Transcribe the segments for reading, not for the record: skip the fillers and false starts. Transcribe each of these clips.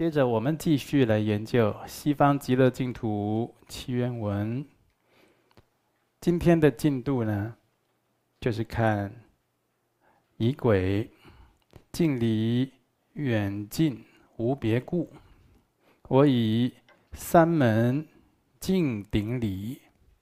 接着我们继续来研究西方极乐净土契愿文。今天的进度呢，就是看仪轨近离远近无别故，我以三门净顶礼。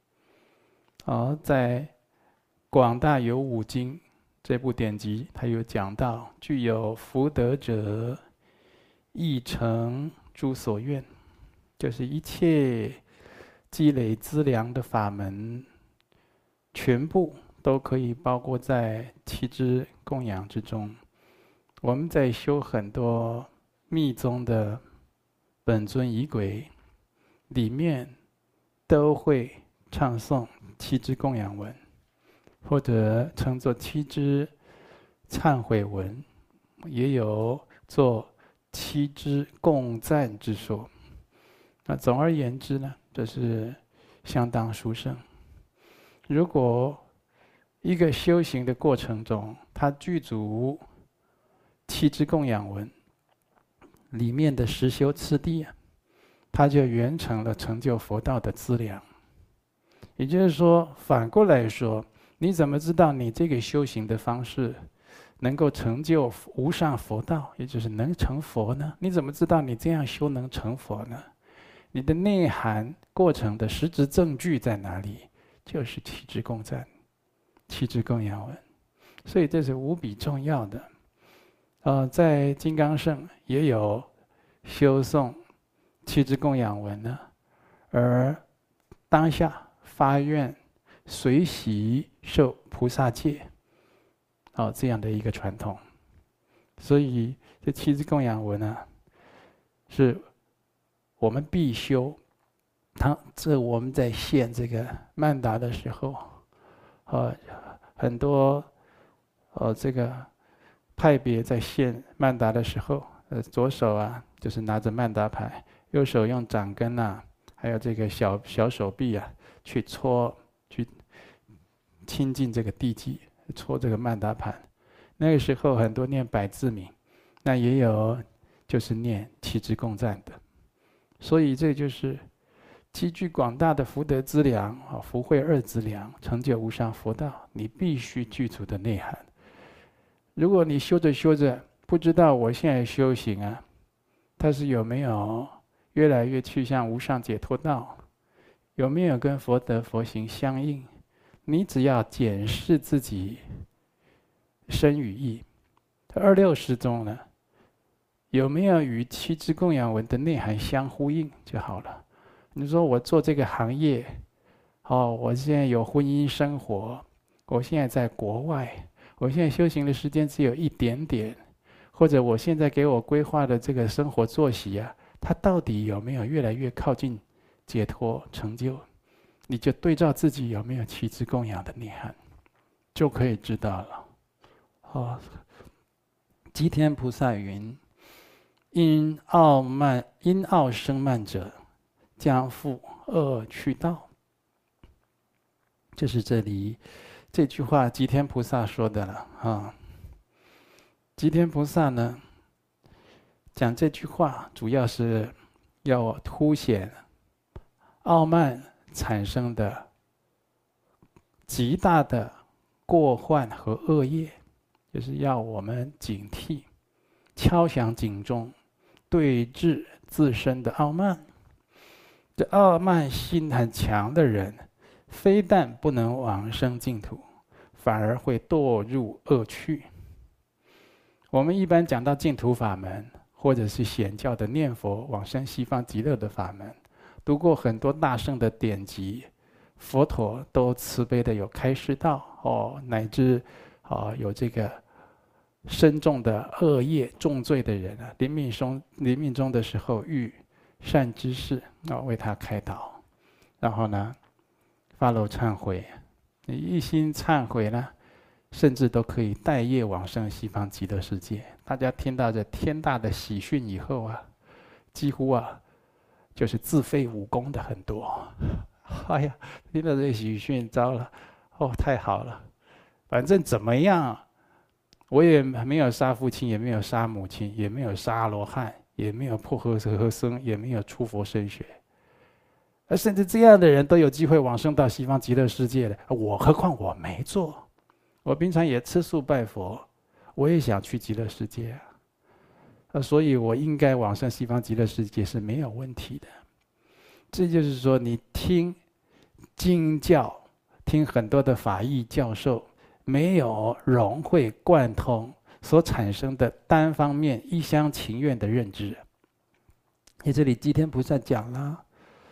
在广大有五经这部典籍，它有讲到，具有福德者，亦成诸所愿，就是一切积累资粮的法门，全部都可以包括在七支供养之中。我们在修很多密宗的本尊仪轨，里面都会唱诵七支供养文，或者称作七支忏悔文，也有做七支共赞之说。总而言之呢，这是相当殊胜。如果一个修行的过程中，它具足七支供养文里面的实修次第，它就圆成了成就佛道的资粮。也就是说，反过来说，你怎么知道你这个修行的方式能够成就无上佛道，也就是能成佛呢？你怎么知道你这样修能成佛呢？你的内涵过程的实质证据在哪里？就是七支共赞、七支供养文。所以这是无比重要的。在金刚圣也有修诵七支供养文呢，而当下发愿随喜受菩萨戒，这样的一个传统。所以这七支供养文呢，是我们必修。这我们在献这个曼达的时候，很多这个派别在献曼达的时候，左手就是拿着曼达牌，右手用掌根还有这个小手臂去搓，去亲近这个地基，搓这个曼达盘。那个时候很多念百字名，那也有就是念七支共赞的。所以这就是积聚广大的福德资粮，福慧二资粮，成就无上佛道，你必须具足的内涵。如果你修着修着，不知道我现在修行它是有没有越来越趋向无上解脱道，有没有跟佛德佛行相应？你只要检视自己身语意，26识中呢，有没有与七支供养文的内涵相呼应就好了。你说我做这个行业，我现在有婚姻生活，我现在在国外，我现在修行的时间只有一点点，或者我现在给我规划的这个生活作息它到底有没有越来越靠近解脱成就？你就对照自己有没有七支供养的内涵，就可以知道了。吉天菩萨云：因傲生慢者，将复恶趣道。就是这里这句话吉天菩萨说的了吉天菩萨呢讲这句话，主要是要凸显傲慢产生的极大的过患和恶业，就是要我们警惕，敲响警钟，对治自身的傲慢。这傲慢心很强的人，非但不能往生净土，反而会堕入恶趣。我们一般讲到净土法门，或者是显教的念佛往生西方极乐的法门，读过很多大圣的典籍，佛陀都慈悲的有开示道乃至有这个深重的恶业重罪的人临命终的时候遇善知识为他开导，然后呢发露忏悔，你一心忏悔呢，甚至都可以带业往生西方极乐世界。大家听到这天大的喜讯以后几乎就是自废武功的很多。哎呀，听到这喜讯，糟了，太好了，反正怎么样，我也没有杀父亲，也没有杀母亲，也没有杀罗汉， 也没有破和僧，也没有出佛身学，而甚至这样的人都有机会往生到西方极乐世界的，何况我没做，我平常也吃素拜佛，我也想去极乐世界所以我应该往生西方极乐世界是没有问题的。这就是说，你听经教，听很多的法义教授，没有融会贯通所产生的单方面一厢情愿的认知。在这里，济天菩萨讲了，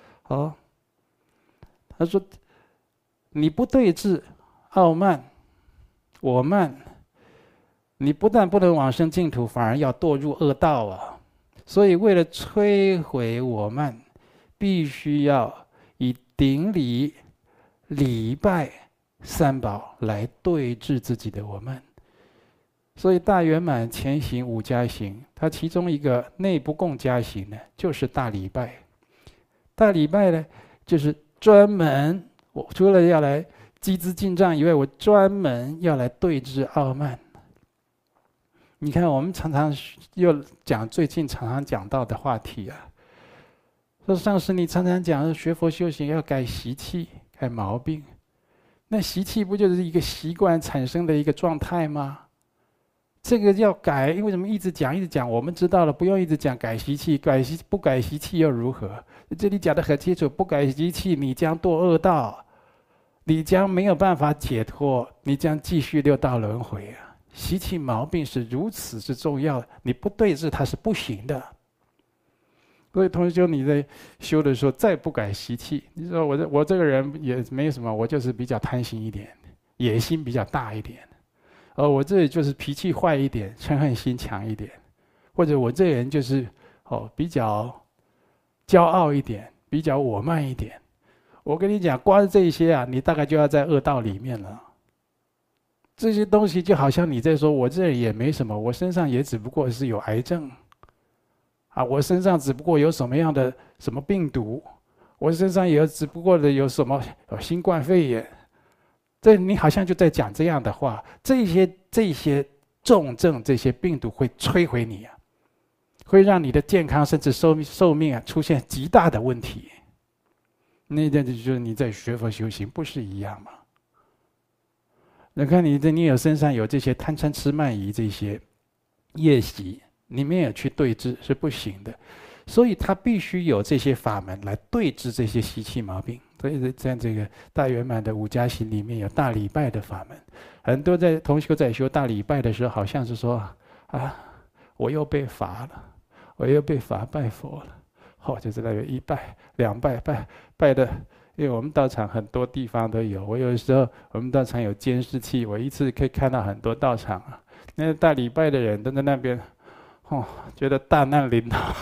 他说：“你不对治傲慢、我慢，你不但不能往生净土，反而要堕入恶道啊！所以，为了摧毁我慢，必须要以顶礼、礼拜三宝来对治自己的我慢。所以大圆满前行五加行，它其中一个内不共加行呢，就是大礼拜。大礼拜呢，就是专门我除了要来积资进账以外，我专门要来对治傲慢。你看，我们常常又讲最近常常讲到的话题啊。”说上师，你常常讲学佛修行要改习气、改毛病，那习气不就是一个习惯产生的一个状态吗？这个要改，为什么一直讲一直讲？我们知道了，不用一直讲改习气，不改习气又如何？这里讲得很清楚，不改习气，你将堕恶道，你将没有办法解脱，你将继续六道轮回啊！习气毛病是如此之重要，你不对治它是不行的。所以同修，你在修的时候再不改习气，你说我这个人也没什么，我就是比较贪心一点，野心比较大一点，我这里就是脾气坏一点，嗔恨心强一点，或者我这人就是比较骄傲一点，比较我慢一点。我跟你讲，光这些啊，你大概就要在恶道里面了。这些东西就好像你在说，我这人也没什么，我身上也只不过是有癌症。我身上只不过有什么样的什么病毒，我身上也只不过的有什么新冠肺炎，这你好像就在讲这样的话。这些重症、这些病毒会摧毁你啊，会让你的健康甚至寿命出现极大的问题。那就是你在学佛修行不是一样吗？你看你有身上有这些贪嗔痴慢疑这些业习，你没有去对治是不行的，所以他必须有这些法门来对治这些习气毛病。所以在这个大圆满的五加行里面有大礼拜的法门。很多同修在修大礼拜的时候，好像是说我又被罚了，我又被罚拜佛了，就是那个一拜两拜拜的。因为我们道场很多地方都有，我有的时候我们道场有监视器，我一次可以看到很多道场那大礼拜的人都在那边觉得大难临头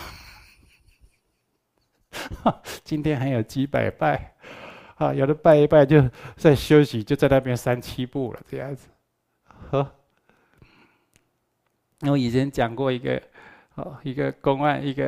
今天还有几百拜有的拜一拜就在休息，就在那边3、7步了这样子。我以前讲过一个公案，一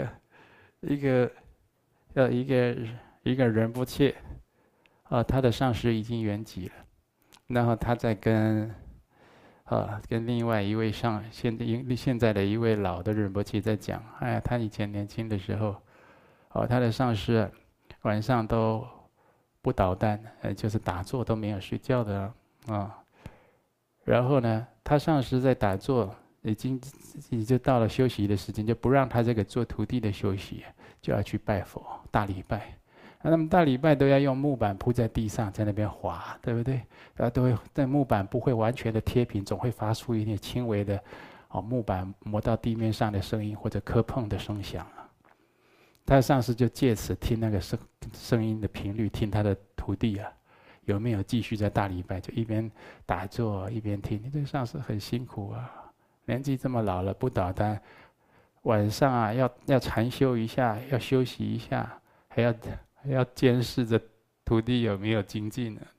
个仁波切他的上师已经圆寂了，然后他在跟另外一位现在的一位老的仁波切在讲，他以前年轻的时候，他的上师晚上都不捣蛋，就是打坐都没有睡觉的然后呢，他上师在打坐，已经到了休息的时间，就不让他这个做徒弟的休息，就要去拜佛大礼拜。那么大礼拜都要用木板铺在地上，在那边滑，对不对？都会在木板不会完全的贴平，总会发出一点轻微的木板磨到地面上的声音或者磕碰的声响他上师就借此听那个声音的频率，听他的徒弟有没有继续在大礼拜，就一边打坐一边听。你这个上师很辛苦年纪这么老了不捣蛋，晚上要禅修一下，要休息一下，还要监视着徒弟有没有精进呢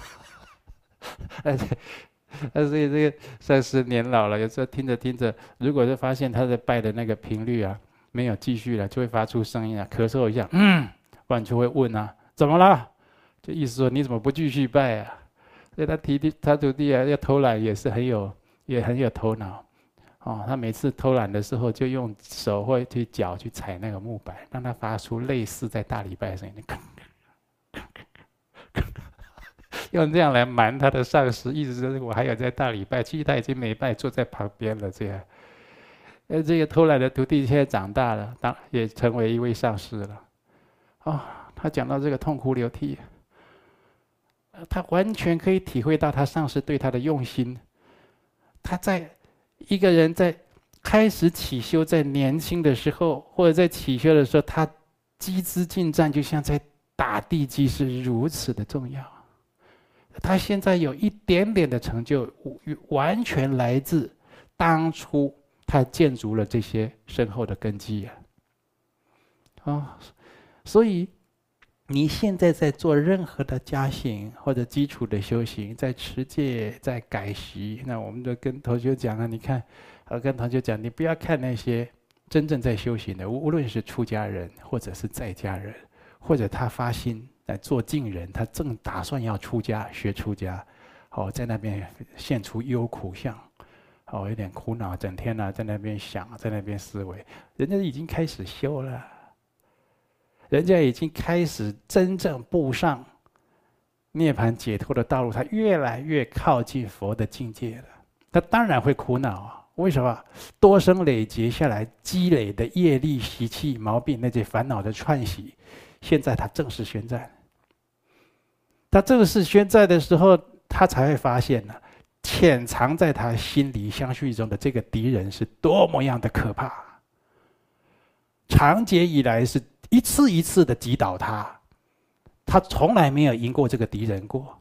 所以这个上师年老了，有时候听着，如果是发现他在拜的那个频率没有继续了，就会发出声音咳嗽一下，不然就会问怎么了？就意思说你怎么不继续拜所以他徒弟要偷懒也很有头脑哦，他每次偷懒的时候，就用手或去脚去踩那个木板，让它发出类似在大礼拜的声音，用这样来瞒他的上司，意思是我还有在大礼拜，其实他已经没拜，坐在旁边了。这样，这个偷懒的徒弟现在长大了，也成为一位上师了。哦，他讲到这个痛哭流涕，他完全可以体会到他上司对他的用心。他在一个人在开始起修，在年轻的时候，或者在起修的时候，他积资进战，就像在打地基是如此的重要。他现在有一点点的成就，完全来自当初他建筑了这些深厚的根基啊！哦，所以你现在在做任何的加行或者基础的修行，在持戒、在改习，那我们就跟同学讲了，你看，跟同学讲，你不要看那些真正在修行的，无论是出家人或者是在家人，或者他发心在做净人，他正打算要出家学出家，在那边现出忧苦相，有点苦恼，整天呢在那边想，在那边思维，人家已经开始修了。人家已经开始真正步上涅槃解脱的道路，他越来越靠近佛的境界了。他当然会苦恼啊！为什么？多生累劫下来积累的业力、习气、毛病，那些烦恼的串习，现在他正式宣战。他正式宣战的时候，他才会发现呢，潜藏在他心里相续中的这个敌人是多么样的可怕。长劫以来是一次一次的击倒他，他从来没有赢过这个敌人过。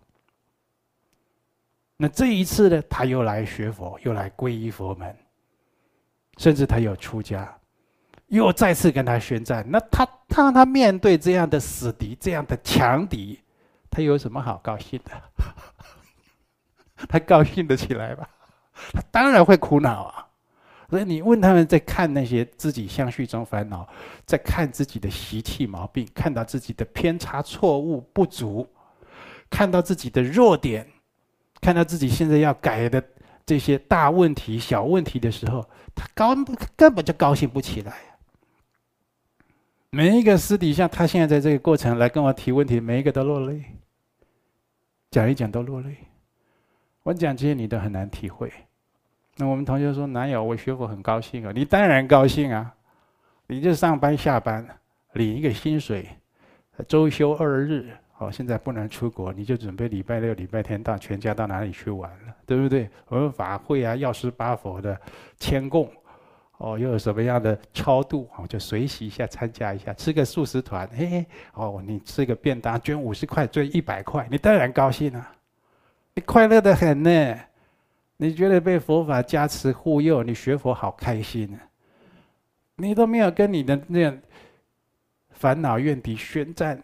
那这一次呢，他又来学佛，又来皈依佛门，甚至他又出家，又再次跟他宣战。那当他面对这样的死敌，这样的强敌，他有什么好高兴的？他高兴得起来吧？他当然会苦恼啊！所以你问他们，在看那些自己相续中烦恼，在看自己的习气毛病，看到自己的偏差、错误、不足，看到自己的弱点，看到自己现在要改的这些大问题、小问题的时候，他根本就高兴不起来。每一个私底下，他现在在这个过程来跟我提问题，每一个都落泪，讲一讲都落泪。我讲这些你都很难体会。那我们同学说哪有？我学佛很高兴啊！你当然高兴啊！你就上班下班，领一个薪水，周休2日。现在不能出国，你就准备礼拜六、礼拜天到全家到哪里去玩了，对不对？我们法会啊，药师八佛的签供，又有什么样的超度，就随喜一下，参加一下，吃个素食团，你吃个便当，捐50块，捐100块，你当然高兴啊！你快乐得很呢。你觉得被佛法加持护佑，你学佛好开心啊！你都没有跟你的那样烦恼怨敌宣战，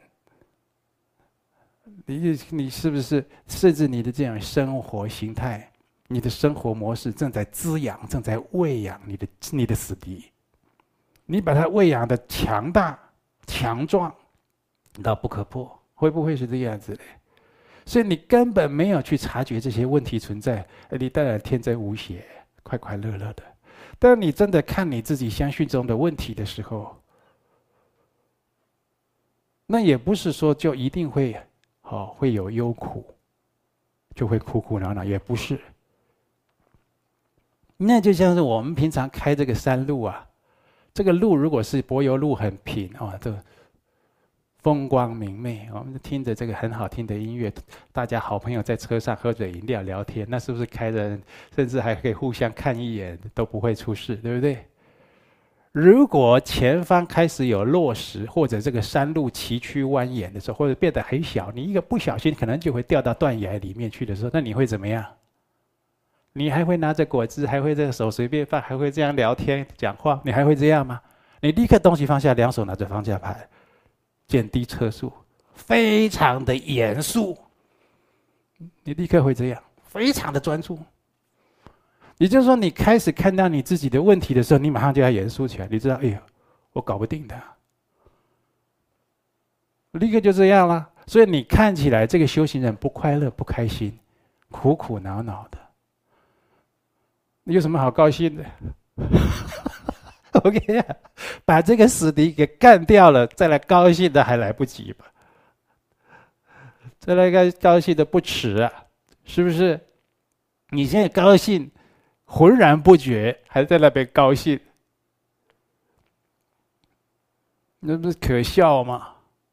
你是不是甚至你的这样生活形态，你的生活模式正在滋养、正在喂养你的死敌？你把它喂养的强大、强壮到不可破，会不会是这样子的？所以你根本没有去察觉这些问题存在，你当然天真无邪、快快乐乐的。当你真的看你自己相续中的问题的时候，那也不是说就一定会有忧苦，就会苦苦恼恼，也不是。那就像是我们平常开这个山路啊，这个路如果是柏油路很平这风光明媚，我们就听着这个很好听的音乐，大家好朋友在车上喝着饮料聊天，那是不是开着，甚至还可以互相看一眼都不会出事，对不对？如果前方开始有落石，或者这个山路崎岖蜿蜒的时候，或者变得很小，你一个不小心可能就会掉到断崖里面去的时候，那你会怎么样？你还会拿着果汁，还会这个手随便放，还会这样聊天讲话，你还会这样吗？你立刻东西放下，两手拿着方向盘，减低车速，非常的严肃，你立刻会这样，非常的专注。也就是说，你开始看到你自己的问题的时候，你马上就要严肃起来。你知道，哎呀，我搞不定的，立刻就这样了。所以你看起来这个修行人不快乐、不开心、苦苦恼恼的， 你有什么好高兴的？我跟你讲，把这个死敌给干掉了，再来高兴的还来不及吧？再来高兴的不迟啊，是不是？你现在高兴，浑然不觉，还在那边高兴，那不是可笑吗？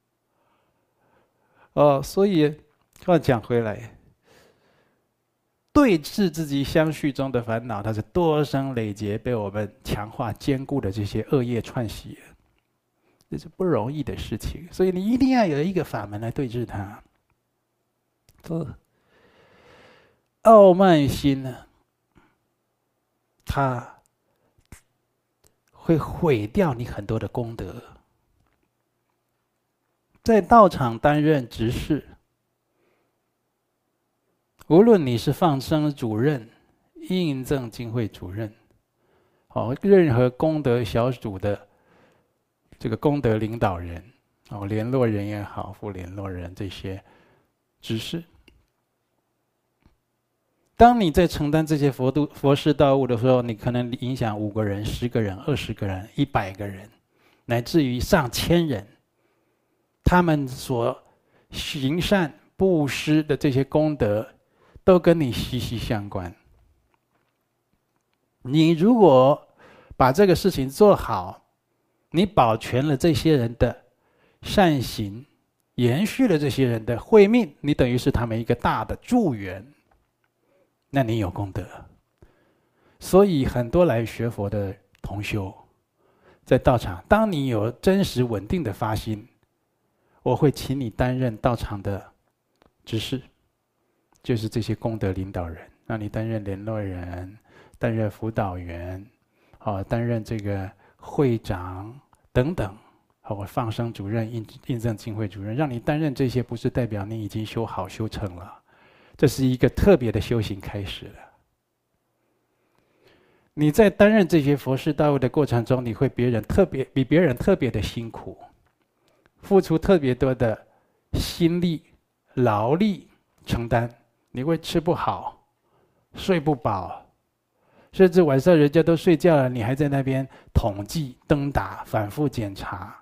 哦，所以话讲回来，对治自己相续中的烦恼，它是多生累劫被我们强化坚固的这些恶业串习，这是不容易的事情。所以你一定要有一个法门来对治它。傲慢心呢，它会毁掉你很多的功德。在道场担任执事，无论你是放生主任、印证经会主任，任何功德小组的这个功德领导人，联络人也好，副联络人这些执事，当你在承担这些佛事道务的时候，你可能影响5个人、10个人、20个人、100个人，乃至于上千人，他们所行善布施的这些功德，都跟你息息相关。你如果把这个事情做好，你保全了这些人的善行，延续了这些人的慧命，你等于是他们一个大的助缘，那你有功德。所以很多来学佛的同修，在道场，当你有真实稳定的发心，我会请你担任道场的执事，就是这些功德领导人，让你担任联络人，担任辅导员，担任这个会长等等，或放生主任、印证经会主任，让你担任这些，不是代表你已经修好修成了，这是一个特别的修行开始了。你在担任这些佛事道务的过程中，你会比别人特别的辛苦，付出特别多的心力、劳力承担，你会吃不好，睡不饱，甚至晚上人家都睡觉了，你还在那边统计、登打、反复检查。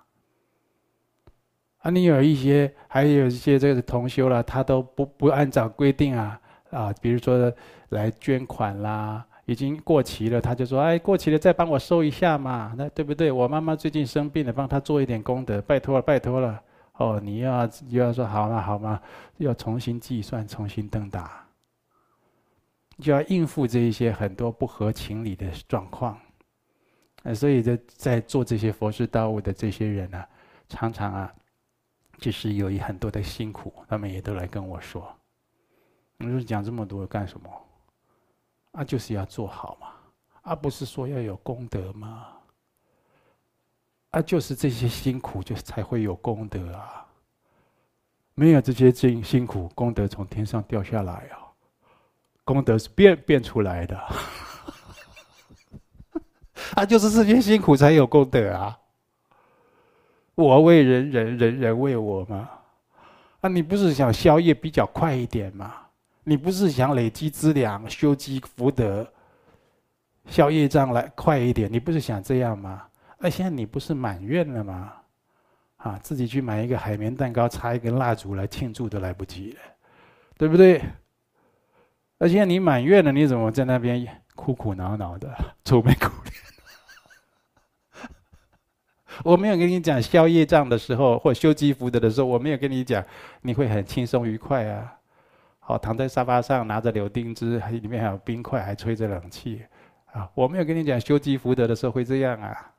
你还有一些这个同修了，他都不按照规定比如说来捐款啦，已经过期了，他就说：“哎，过期了，再帮我收一下嘛，那对不对？我妈妈最近生病了，帮她做一点功德，拜托了，拜托了。”你又要说好嘛好嘛，要重新计算，重新登打，就要应付这一些很多不合情理的状况。所以在做这些佛事道务的这些人呢，常常就是有很多的辛苦，他们也都来跟我说：“你说讲这么多干什么？就是要做好嘛，不是说要有功德吗？就是这些辛苦，就才会有功德啊！没有这些辛苦，功德从天上掉下来啊！功德是变出来的，就是这些辛苦才有功德啊！我为人人，人人为我吗？你不是想消业比较快一点吗？你不是想累积资粮、修积福德、消业障来快一点？你不是想这样吗？现在你不是满愿了吗？自己去买一个海绵蛋糕，插一根蜡烛来庆祝都来不及了，对不对？现在你满愿了，你怎么在那边苦苦恼恼的、愁眉苦脸？我没有跟你讲消业障的时候，或修积福德的时候，我没有跟你讲你会很轻松愉快啊。躺在沙发上，拿着柳丁汁，里面还有冰块，还吹着冷气我没有跟你讲修积福德的时候会这样啊。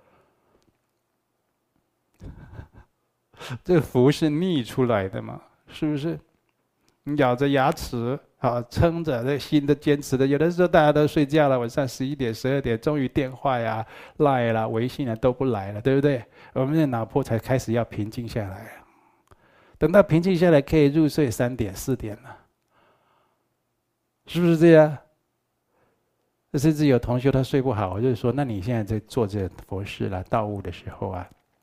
这个福是逆出来的嘛，是不是？你咬着牙齿撑着，这心都坚持的。有的时候大家都睡觉了，晚上11点、12点，终于电话呀、赖啦、微信都不来了，对不对？我们的脑波才开始要平静下来。等到平静下来，可以入睡3点、4点了，是不是这样？甚至有同学他睡不好，我就说：那你现在在做这佛事啦、道务的时候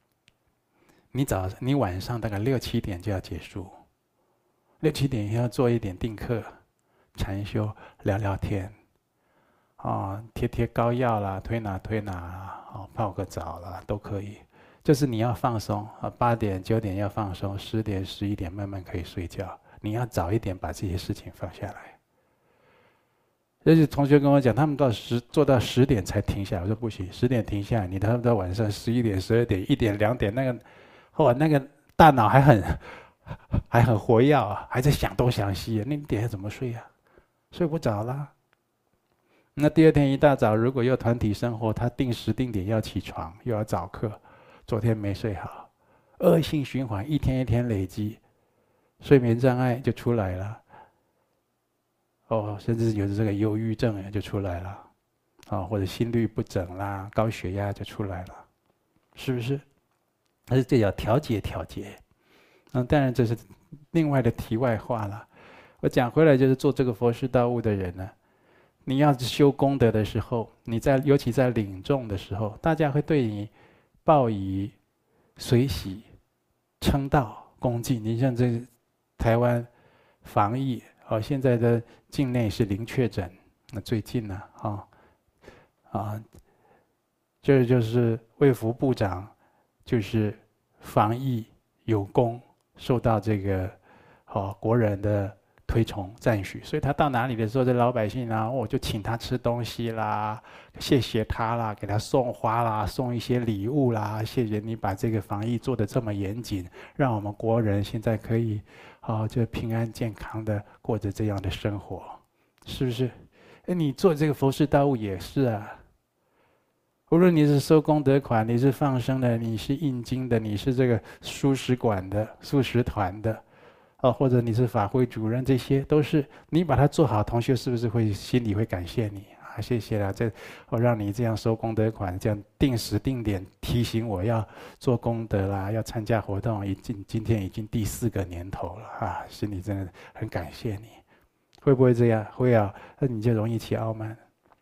你晚上大概6、7点就要结束，6、7点要做一点定课、禅修、聊聊天， 贴膏药啦，推哪推哪啦，泡个澡啦，都可以。就是你要放松8点9点要放松，10点11点慢慢可以睡觉。你要早一点把这些事情放下来。而且同学跟我讲，他们做到10点才停下来。我说不行，10点停下来，你他们到晚上11点、12点、1点、2点，那个大脑还很活跃还在想东想西，那你点怎么睡睡不着啦。那第二天一大早，如果又团体生活，他定时定点要起床，又要早课，昨天没睡好，恶性循环，一天一天累积，睡眠障碍就出来了。甚至有这个忧郁症就出来了，或者心律不整啦，高血压就出来了，是不是？但是这要调节。当然这是另外的题外话了。我讲回来，就是做这个佛事道务的人呢，你要修功德的时候，尤其在领众的时候，大家会对你报以随喜、称道、恭敬。你像这台湾防疫，现在的境内是0确诊，那最近呢，这就是卫福部长，就是防疫有功，受到这个国人的推崇赞许，所以他到哪里的时候，这老百姓我就请他吃东西啦，谢谢他啦，给他送花啦，送一些礼物啦，谢谢你把这个防疫做得这么严谨，让我们国人现在可以就平安健康的过着这样的生活，是不是？你做这个佛事道务也是啊。无论你是收功德款，你是放生的，你是印经的，你是这个素食馆的、素食团的，或者你是法会主任，这些都是你把它做好，同学是不是心里会感谢你谢谢啦，我让你这样收功德款，这样定时定点提醒我要做功德啦，要参加活动，今天已经第4个年头了心里真的很感谢你。会不会这样？会那你就容易起傲慢。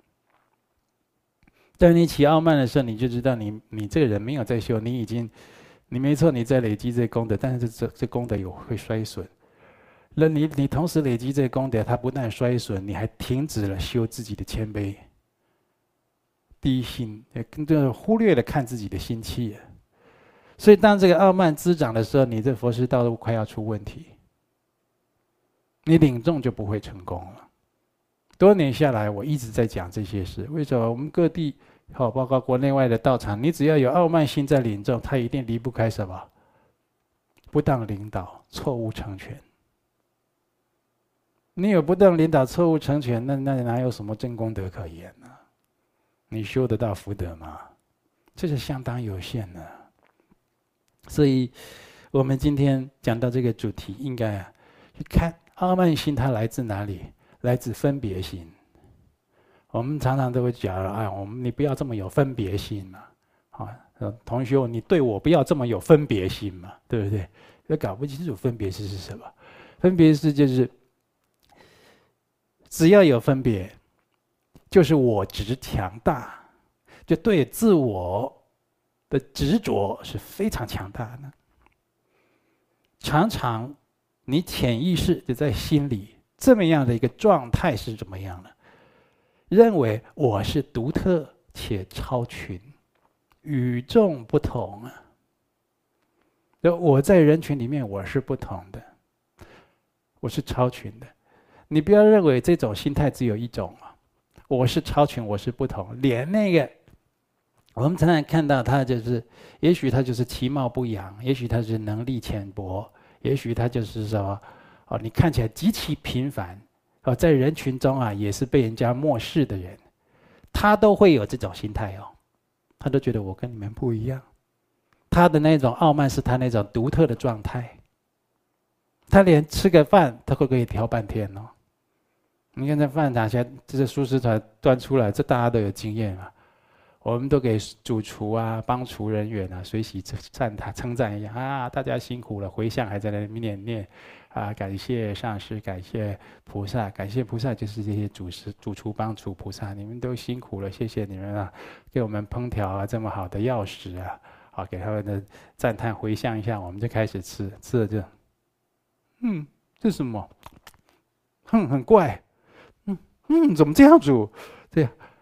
当你起傲慢的时候，你就知道你这个人没有在修，你没错，你在累积这功德，但是这功德会衰损。那你同时累积这功德，它不但衰损，你还停止了修自己的谦卑、低心，就忽略了看自己的心气。所以当这个傲慢滋长的时候，你这佛事道路快要出问题，你领众就不会成功了。多年下来，我一直在讲这些事。为什么？我们各地包括国内外的道场，你只要有傲慢心在领众，他一定离不开什么？不当领导，错误成全。你有不当领导、错误成全，那哪有什么真功德可言呢？你修得到福德吗？这是相当有限的。所以，我们今天讲到这个主题，应该去看傲慢心它来自哪里？来自分别心。我们常常都会讲你不要这么有分别心嘛，同学，你对我不要这么有分别心嘛，对不对？要搞不清楚分别是什么。分别是就是只要有分别，就是我执强大，就对自我的执着是非常强大的。常常你潜意识就在心里。这么样的一个状态是怎么样的？认为我是独特且超群，与众不同我在人群里面我是不同的，我是超群的。你不要认为这种心态只有一种我是超群，我是不同。连那个我们常常看到他也许他就是其貌不扬，也许他是能力浅薄，也许他就是什么。你看起来极其平凡，在人群中也是被人家漠视的人，他都会有这种心态他都觉得我跟你们不一样。他的那种傲慢是他那种独特的状态。他连吃个饭他会可以挑半天你看这饭哪些这些素食团端出来，这大家都有经验我们都给主厨帮厨人员随喜称赞一下大家辛苦了，回向还在那边念感谢上师，感谢菩萨，感谢菩萨就是这些主厨帮厨菩萨，你们都辛苦了，谢谢你们给我们烹调这么好的药食给他们的赞叹回向一下，我们就开始吃了就，这是什么？很怪，怎么这样煮？这样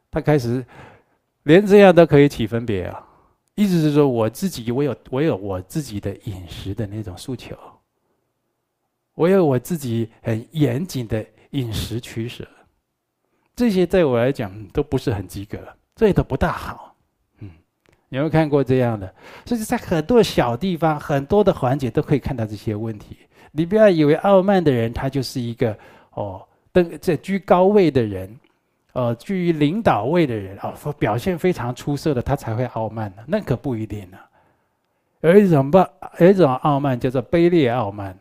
他开始连这样都可以起分别啊！意思是说，我有我自己的饮食的那种诉求，我有我自己很严谨的饮食取舍，这些对我来讲都不是很及格，这也都不大好。有没有看过这样的？所以在很多小地方、很多的环节都可以看到这些问题。你不要以为傲慢的人他就是一个这居高位的人，居于领导位的人表现非常出色的他才会傲慢呢，那可不一定呢。有一种傲慢叫做卑劣傲慢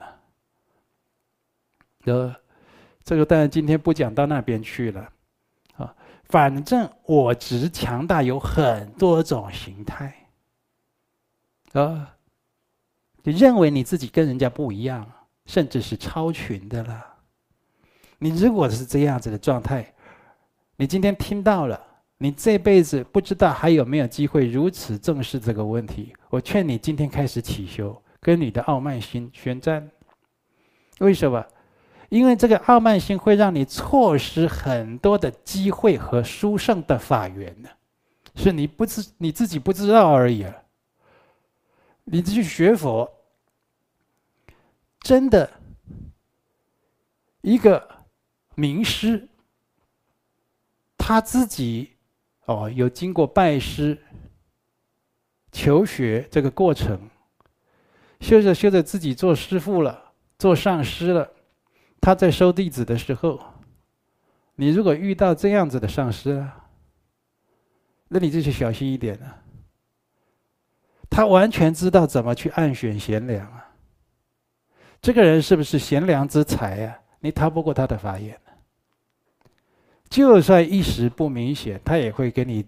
呢。这个当然今天不讲到那边去了。反正我执强大有很多种形态，你认为你自己跟人家不一样，甚至是超群的了。你如果是这样子的状态，你今天听到了，你这辈子不知道还有没有机会如此正视这个问题。我劝你今天开始起修，跟你的傲慢心宣战。为什么？因为这个傲慢心会让你错失很多的机会和殊胜的法缘呢，是你自己不知道而已。你去学佛，真的一个名师，他自己有经过拜师、求学这个过程，修着自己做师父了，做上师了。他在收弟子的时候，你如果遇到这样子的上师那你就去小心一点了。他完全知道怎么去暗选贤良啊。这个人是不是贤良之才啊？你逃不过他的法眼。就算一时不明显，他也会给你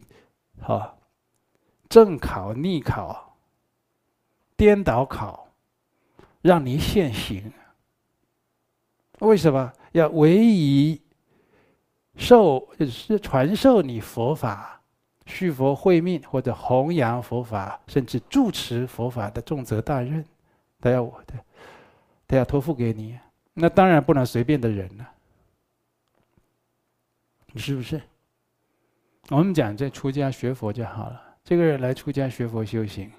正考、逆考、颠倒考，让你现行。为什么要唯以传授你佛法、续佛慧命或者弘扬佛法，甚至住持佛法的重责大任，他要托付给你，那当然不能随便的人了，是不是？我们讲在出家学佛就好了，这个人来出家学佛修行。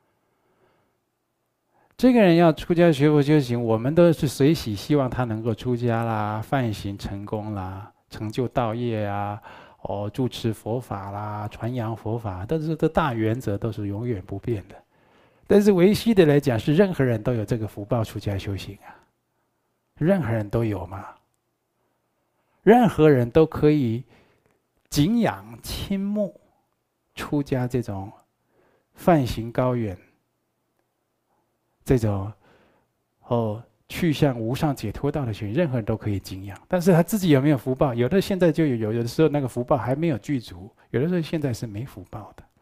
这个人要出家学佛修行，我们都是随喜希望他能够出家啦、梵行成功啦、成就道业啊、住持佛法啦、传扬佛法，但是这大原则都是永远不变的。但是唯识的来讲，是任何人都有这个福报出家修行啊，任何人都有嘛，任何人都可以敬仰倾慕出家这种梵行高远。这种去向无上解脱道的学，任何人都可以敬仰。但是他自己有没有福报？有的现在就有的时候那个福报还没有具足，有的时候现在是没福报的。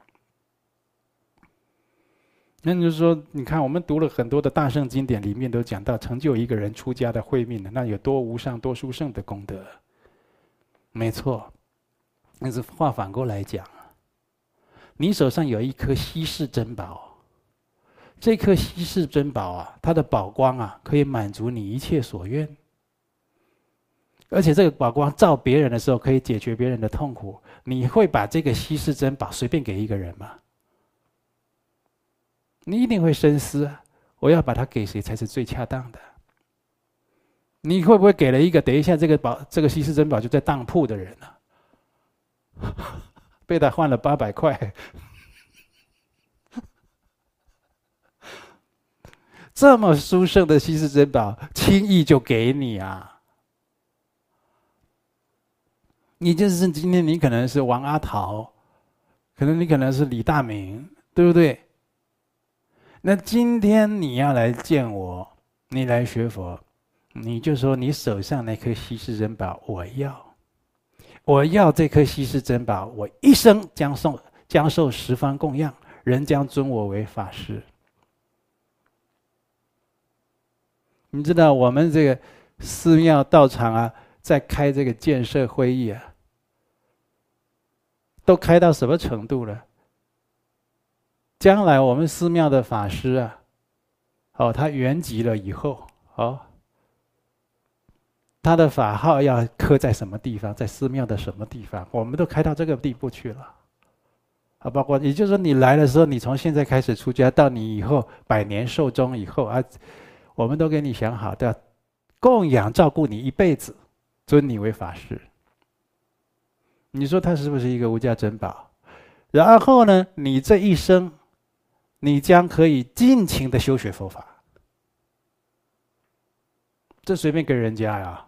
那就是说，你看我们读了很多的大圣经典，里面都讲到成就一个人出家的慧命的，那有多无上多殊胜的功德。没错，但是话反过来讲，你手上有一颗稀世珍宝。这颗稀世珍宝它的宝光可以满足你一切所愿，而且这个宝光照别人的时候，可以解决别人的痛苦。你会把这个稀世珍宝随便给一个人吗？你一定会深思我要把它给谁才是最恰当的？你会不会给了一个等一下这个稀世珍宝就在当铺的人呢？被他换了800块。这么殊胜的稀世珍宝，轻易就给你啊！你就是今天你可能是王阿桃，可能你可能是李大明，对不对？那今天你要来见我，你来学佛，你就说你手上那颗稀世珍宝，我要这颗稀世珍宝，我一生将受十方供养，人将尊我为法师。你知道我们这个寺庙道场在开这个建设会议都开到什么程度了？将来我们寺庙的法师他圆寂了以后， 他的法号要刻在什么地方，在寺庙的什么地方，我们都开到这个地步去了。啊，包括也就是说，你来的时候，你从现在开始出家，到你以后百年寿终以后啊，我们都给你想好的，供养照顾你一辈子，尊你为法师。你说他是不是一个无价珍宝？然后呢，你这一生，你将可以尽情的修学佛法。这随便给人家呀，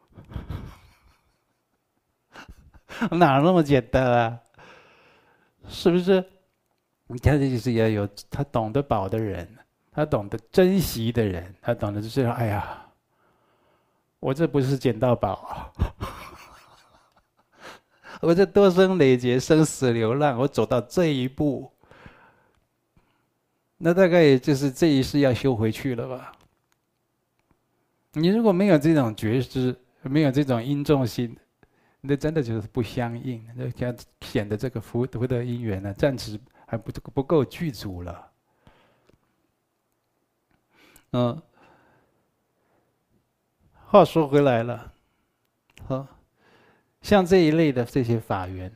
哪那么简单啊？是不是？你看，这就是要有他懂得宝的人，他懂得珍惜的人，他懂得就是哎呀，我这不是捡到宝啊，我这多生累劫生死流浪，我走到这一步，那大概也就是这一世要修回去了吧？你如果没有这种觉知，没有这种因重心，那真的就是不相应，那显得这个福德因缘呢，暂时还不够具足了。话说回来了，像这一类的这些法缘，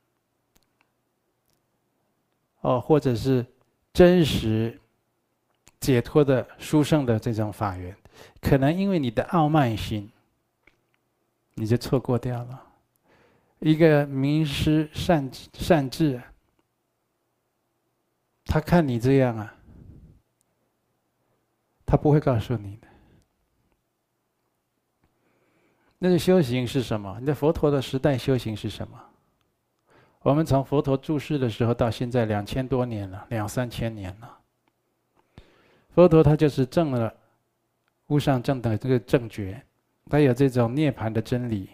或者是真实解脱的殊胜的这种法缘，可能因为你的傲慢心，你就错过掉了。一个明师善智，他看你这样啊，他不会告诉你的。那个修行是什么？你在佛陀的时代修行是什么？我们从佛陀住世的时候到现在2000多年了，2、3千年了。佛陀他就是证了无上正的这个正觉，他有这种涅槃的真理，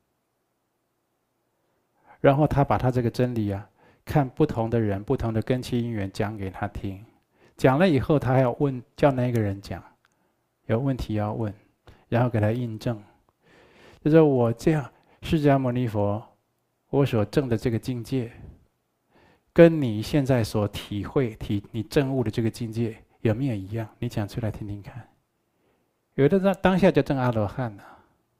然后他把他这个真理啊，看不同的人、不同的根器因缘讲给他听，讲了以后，他还要问，叫那个人讲，有问题要问，然后给他印证。就是我这样，释迦牟尼佛，我所证的这个境界，跟你现在所体会、你证悟的这个境界有没有一样？你讲出来听听看。有的当下就证阿罗汉了，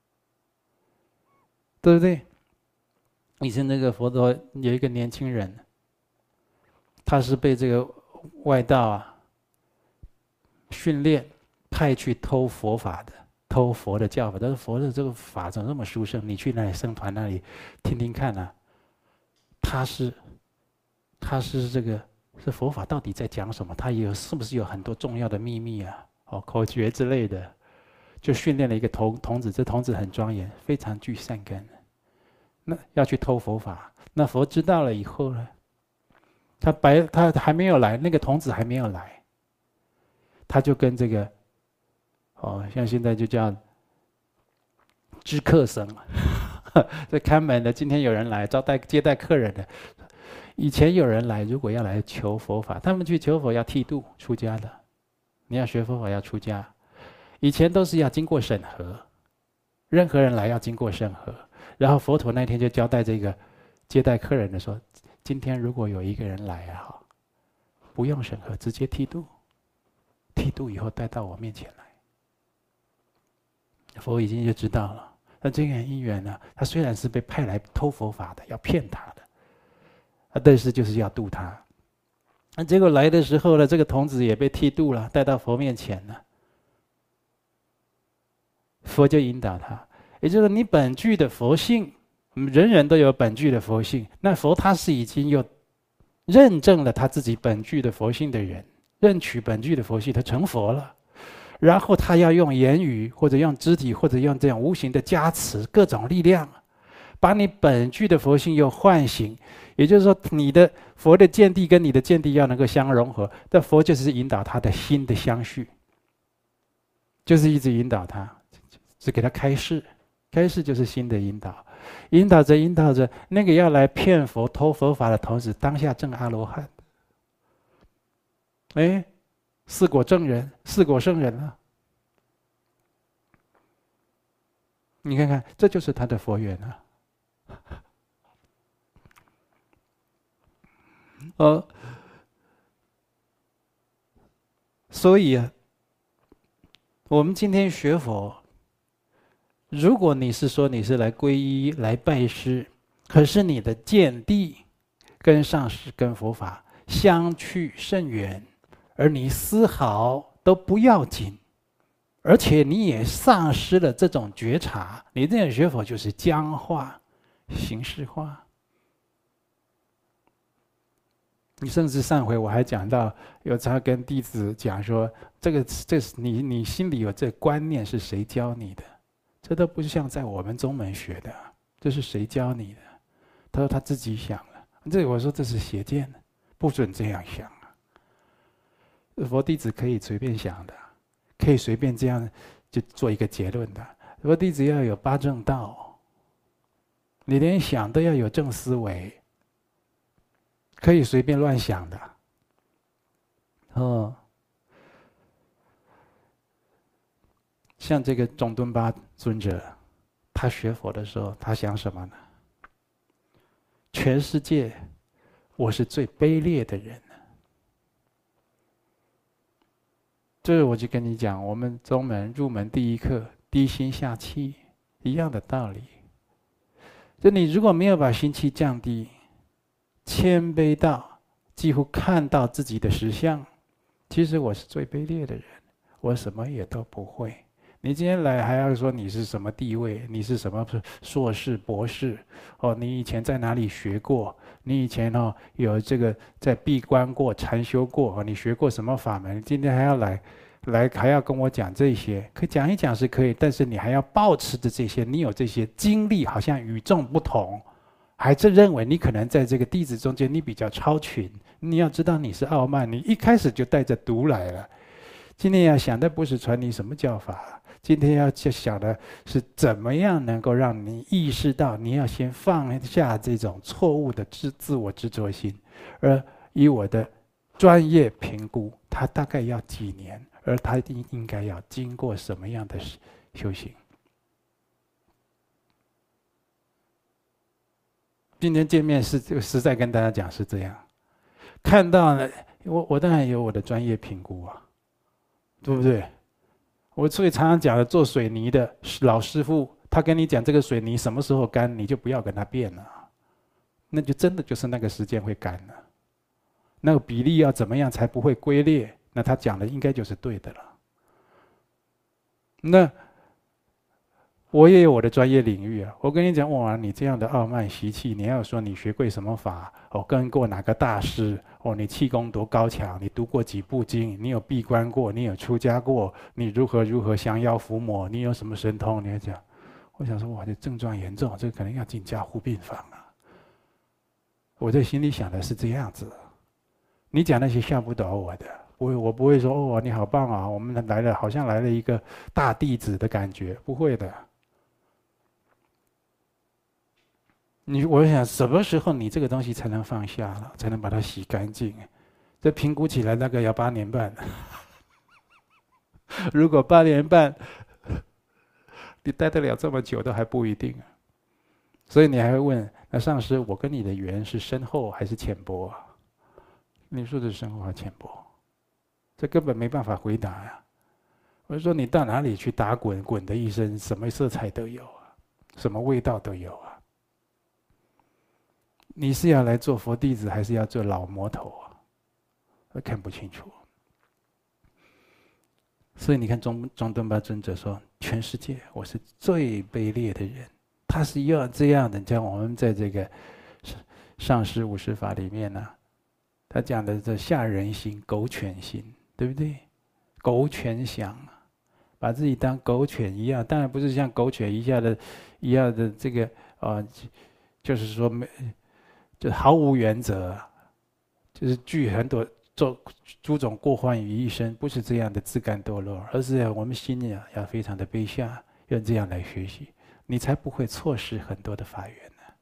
对不对？以前那个佛陀有一个年轻人，他是被这个外道啊训练，派去偷佛法的。偷佛的教法，但是佛的这个法怎么那么殊胜？你去那里僧团那里听听看啊，他是这个是佛法到底在讲什么？他是不是有很多重要的秘密啊？口诀之类的，就训练了一个童子，这童子很庄严，非常具善根。那要去偷佛法，那佛知道了以后呢，他还没有来，那个童子还没有来，他就跟这个。像现在就叫知客僧，这看门的。今天有人来接待客人的。以前有人来，如果要来求佛法，他们去求佛要剃度出家的。你要学佛法要出家，以前都是要经过审核，任何人来要经过审核。然后佛陀那天就交代这个接待客人的说：今天如果有一个人来啊，不用审核，直接剃度，剃度以后带到我面前来。佛已经就知道了，那这个因缘呢，他虽然是被派来偷佛法的，要骗他的，但是就是要度他。那结果来的时候呢，这个童子也被剃度了，带到佛面前了。佛就引导他，也就是你本具的佛性，人人都有本具的佛性。那佛他是已经有认证了他自己本具的佛性的人，认取本具的佛性，他成佛了。然后他要用言语，或者用肢体，或者用这样无形的加持，各种力量，把你本具的佛性又唤醒。也就是说，你的佛的见地跟你的见地要能够相融合。这佛就是引导他的心的相续，就是一直引导他，是给他开示。开示就是心的引导，引导着，那个要来骗佛、偷佛法的童子，当下证阿罗汉。四果证人，四果圣人啊！你看看，这就是他的佛缘啊！所以啊，我们今天学佛， 如果你是说你是来皈依、来拜师，可是你的见地跟上师、跟佛法相去甚远，而你丝毫都不要紧，而且你也丧失了这种觉察，你这样学佛就是僵化、形式化。你甚至上回我还讲到，有他跟弟子讲说，这是你心里有这观念是谁教你的？这都不是像在我们宗门学的，这是谁教你的？他说他自己想了。这我说这是邪见的，不准这样想啊！佛弟子可以随便想的，可以随便这样就做一个结论的。佛弟子要有八正道，你连想都要有正思维。可以随便乱想的，像这个中敦巴尊者，他学佛的时候，他想什么呢？全世界，我是最卑劣的人。这我就跟你讲，我们宗门入门第一课，低心下气，一样的道理。就你如果没有把心气降低，谦卑到几乎看到自己的实相，其实我是最卑劣的人，我什么也都不会。你今天来还要说你是什么地位，你是什么硕士、博士，你以前在哪里学过？你以前有这个在闭关过、禅修过，你学过什么法门？今天还要来还要跟我讲这些，可以讲一讲是可以，但是你还要抱持着这些，你有这些经历，好像与众不同。还真认为你可能在这个弟子中间你比较超群，你要知道你是傲慢，你一开始就带着毒来了。今天要想的不是传你什么教法，今天要想的是怎么样能够让你意识到，你要先放下这种错误的自我执着心，而以我的专业评估，他大概要几年，而他应该要经过什么样的修行。今天见面是实在跟大家讲是这样，看到了我当然有我的专业评估啊，对不对？我所以常常讲的，做水泥的老师傅，他跟你讲这个水泥什么时候干，你就不要跟他变了，那就真的就是那个时间会干了，那个比例要怎么样才不会龟裂，那他讲的应该就是对的了。那我也有我的专业领域啊！我跟你讲，哇，你这样的傲慢习气，你要说你学过什么法，跟过哪个大师，你气功多高强，你读过几部经，你有闭关过，你有出家过，你如何降妖伏魔，你有什么神通？你要讲，我想说，哇，这症状严重，这可能要进加护病房啊！我在心里想的是这样子，你讲那些吓不倒我的。我不会说，你好棒啊，我们来了，好像来了一个大弟子的感觉，不会的。我想什么时候你这个东西才能放下了，才能把它洗干净？这评估起来大概要8年半。如果8年半，你待得了这么久都还不一定。所以你还会问，那上师，我跟你的缘是深厚还是浅薄啊？你说的深厚还是浅薄？这根本没办法回答呀。我说你到哪里去打滚，滚的一身什么色彩都有啊，什么味道都有啊。你是要来做佛弟子，还是要做老魔头啊？我看不清楚。所以你看中敦巴尊者说，全世界我是最卑劣的人。他是要这样的，像我们在这个上师五十法里面呢，他讲的这下人心、狗犬心，对不对？狗犬想，把自己当狗犬一样，当然不是像狗犬一样的这个就是说就毫无原则，就是聚很多诸种过患于一身，不是这样的自甘堕落，而是我们心里要非常的卑下，要这样来学习，你才不会错失很多的法缘呢。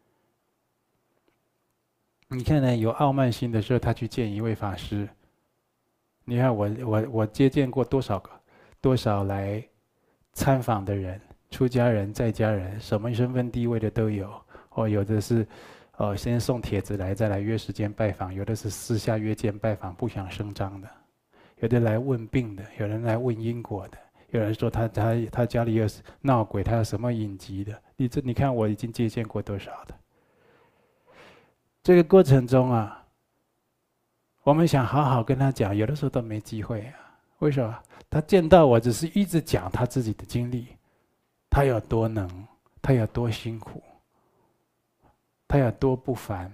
你看呢，有傲慢心的时候，他去见一位法师。你看我接见过多少来参访的人，出家人、在家人，什么身份地位的都有。有的是先送帖子来，再来约时间拜访；有的是私下约见拜访，不想声张的；有的来问病的，有人来问因果的； 有人说他家里有闹鬼，他有什么隐疾的？你看我已经接见过多少的？这个过程中啊，我们想好好跟他讲，有的时候都没机会啊。为什么？他见到我只是一直讲他自己的经历，他有多能，他有多辛苦，他有多不凡。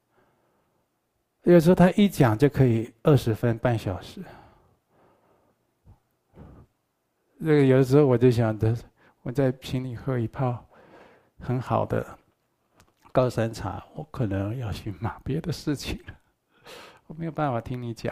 有时候他一讲就可以20分半小时。这个有的时候我就想着，我再请你喝一泡很好的高山茶，我可能要去忙别的事情了，我没有办法听你讲。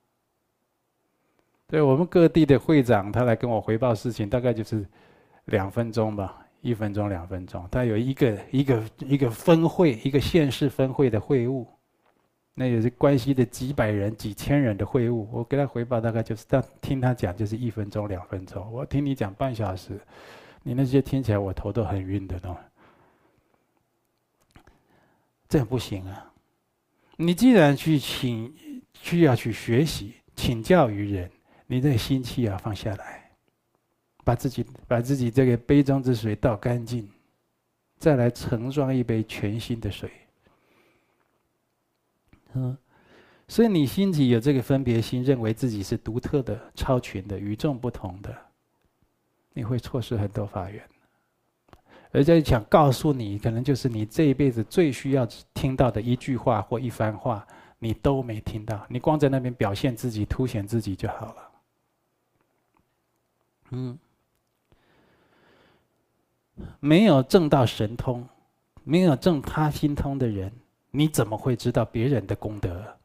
对我们各地的会长，他来跟我汇报事情，大概就是2分钟吧，1分钟、2分钟。他有一个分会，一个县市分会的会务，那也是关系的几百人、几千人的会务。我给他汇报，大概就是听他讲就是1分钟、2分钟。我听你讲半小时，你那些听起来我头都很晕的东西。这样不行啊！你既然需要去学习、请教于人，你这心气要放下来，把自己这个杯中之水倒干净，再来盛装一杯全新的水。所以你心里有这个分别心，认为自己是独特的、超群的、与众不同的，你会错失很多法缘。而且想告诉你，可能就是你这一辈子最需要听到的一句话或一番话，你都没听到，你光在那边表现自己、凸显自己就好了。没有证到神通，没有证他心通的人，你怎么会知道别人的功德？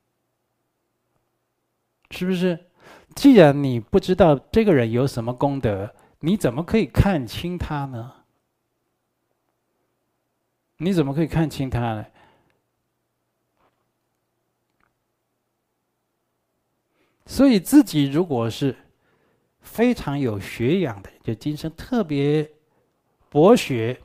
是不是？既然你不知道这个人有什么功德，你怎么可以看清他呢？你怎么可以看清他呢？所以自己如果是非常有学养的，就今生特别博学，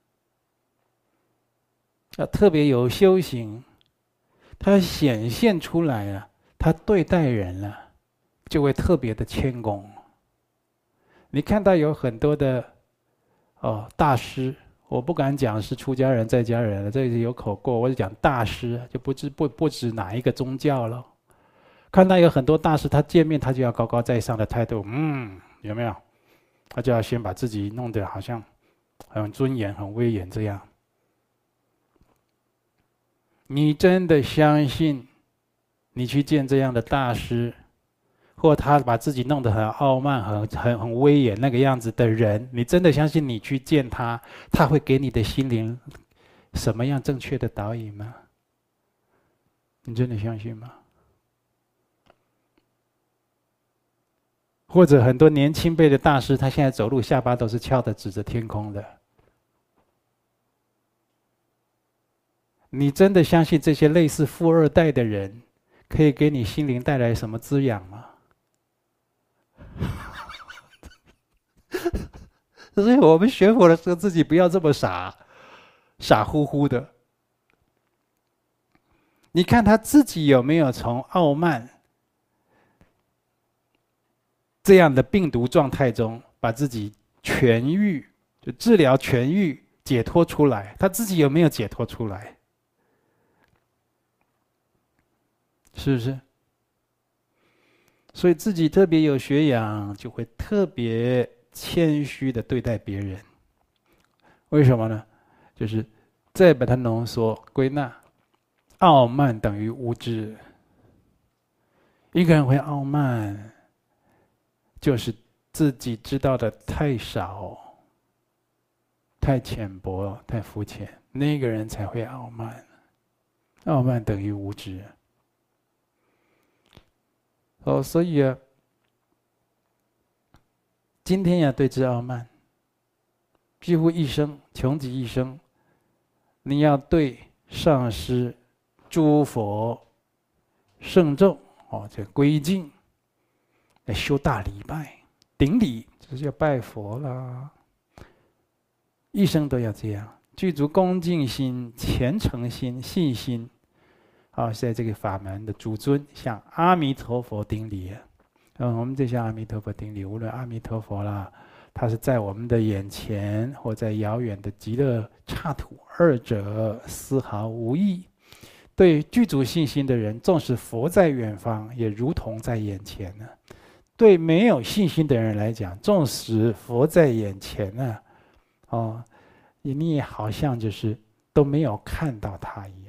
特别有修行，他显现出来了，他对待人了，就会特别的谦恭。你看到有很多的大师。我不敢讲是出家人在家人了，这是有口过。我就讲大师，就不止哪一个宗教了。看到有很多大师，他见面他就要高高在上的态度，有没有？他就要先把自己弄得好像很尊严、很威严这样。你真的相信，你去见这样的大师，或他把自己弄得很傲慢、很威严那个样子的人，你真的相信你去见他，他会给你的心灵什么样正确的导引吗？你真的相信吗？或者很多年轻辈的大师，他现在走路下巴都是翘的，指着天空的。你真的相信这些类似富二代的人，可以给你心灵带来什么滋养吗？所以我们学佛的时候，自己不要这么傻乎乎的。你看他自己有没有从傲慢这样的病毒状态中，把自己痊愈，就治疗痊愈、解脱出来？他自己有没有解脱出来？是不是？所以自己特别有学养，就会特别谦虚的对待别人。为什么呢？就是再把它浓缩归纳，傲慢等于无知。一个人会傲慢，就是自己知道的太少、太浅薄、太肤浅，那个人才会傲慢。傲慢等于无知。所以啊，今天要对治傲慢，几乎一生，穷极一生，你要对上师、诸佛、圣众这归敬，来修大礼拜、顶礼，就是要拜佛啦。一生都要这样，具足恭敬心、虔诚心、信心。在这个法门的主尊向阿弥陀佛顶礼， 我们这些阿弥陀佛定理，无论阿弥陀佛啦，他是在我们的眼前，或在遥远的极乐刹土，二者丝毫无异。对具足信心的人，纵使佛在远方，也如同在眼前呢。对没有信心的人来讲，纵使佛在眼前呢，你也好像就是都没有看到他一样。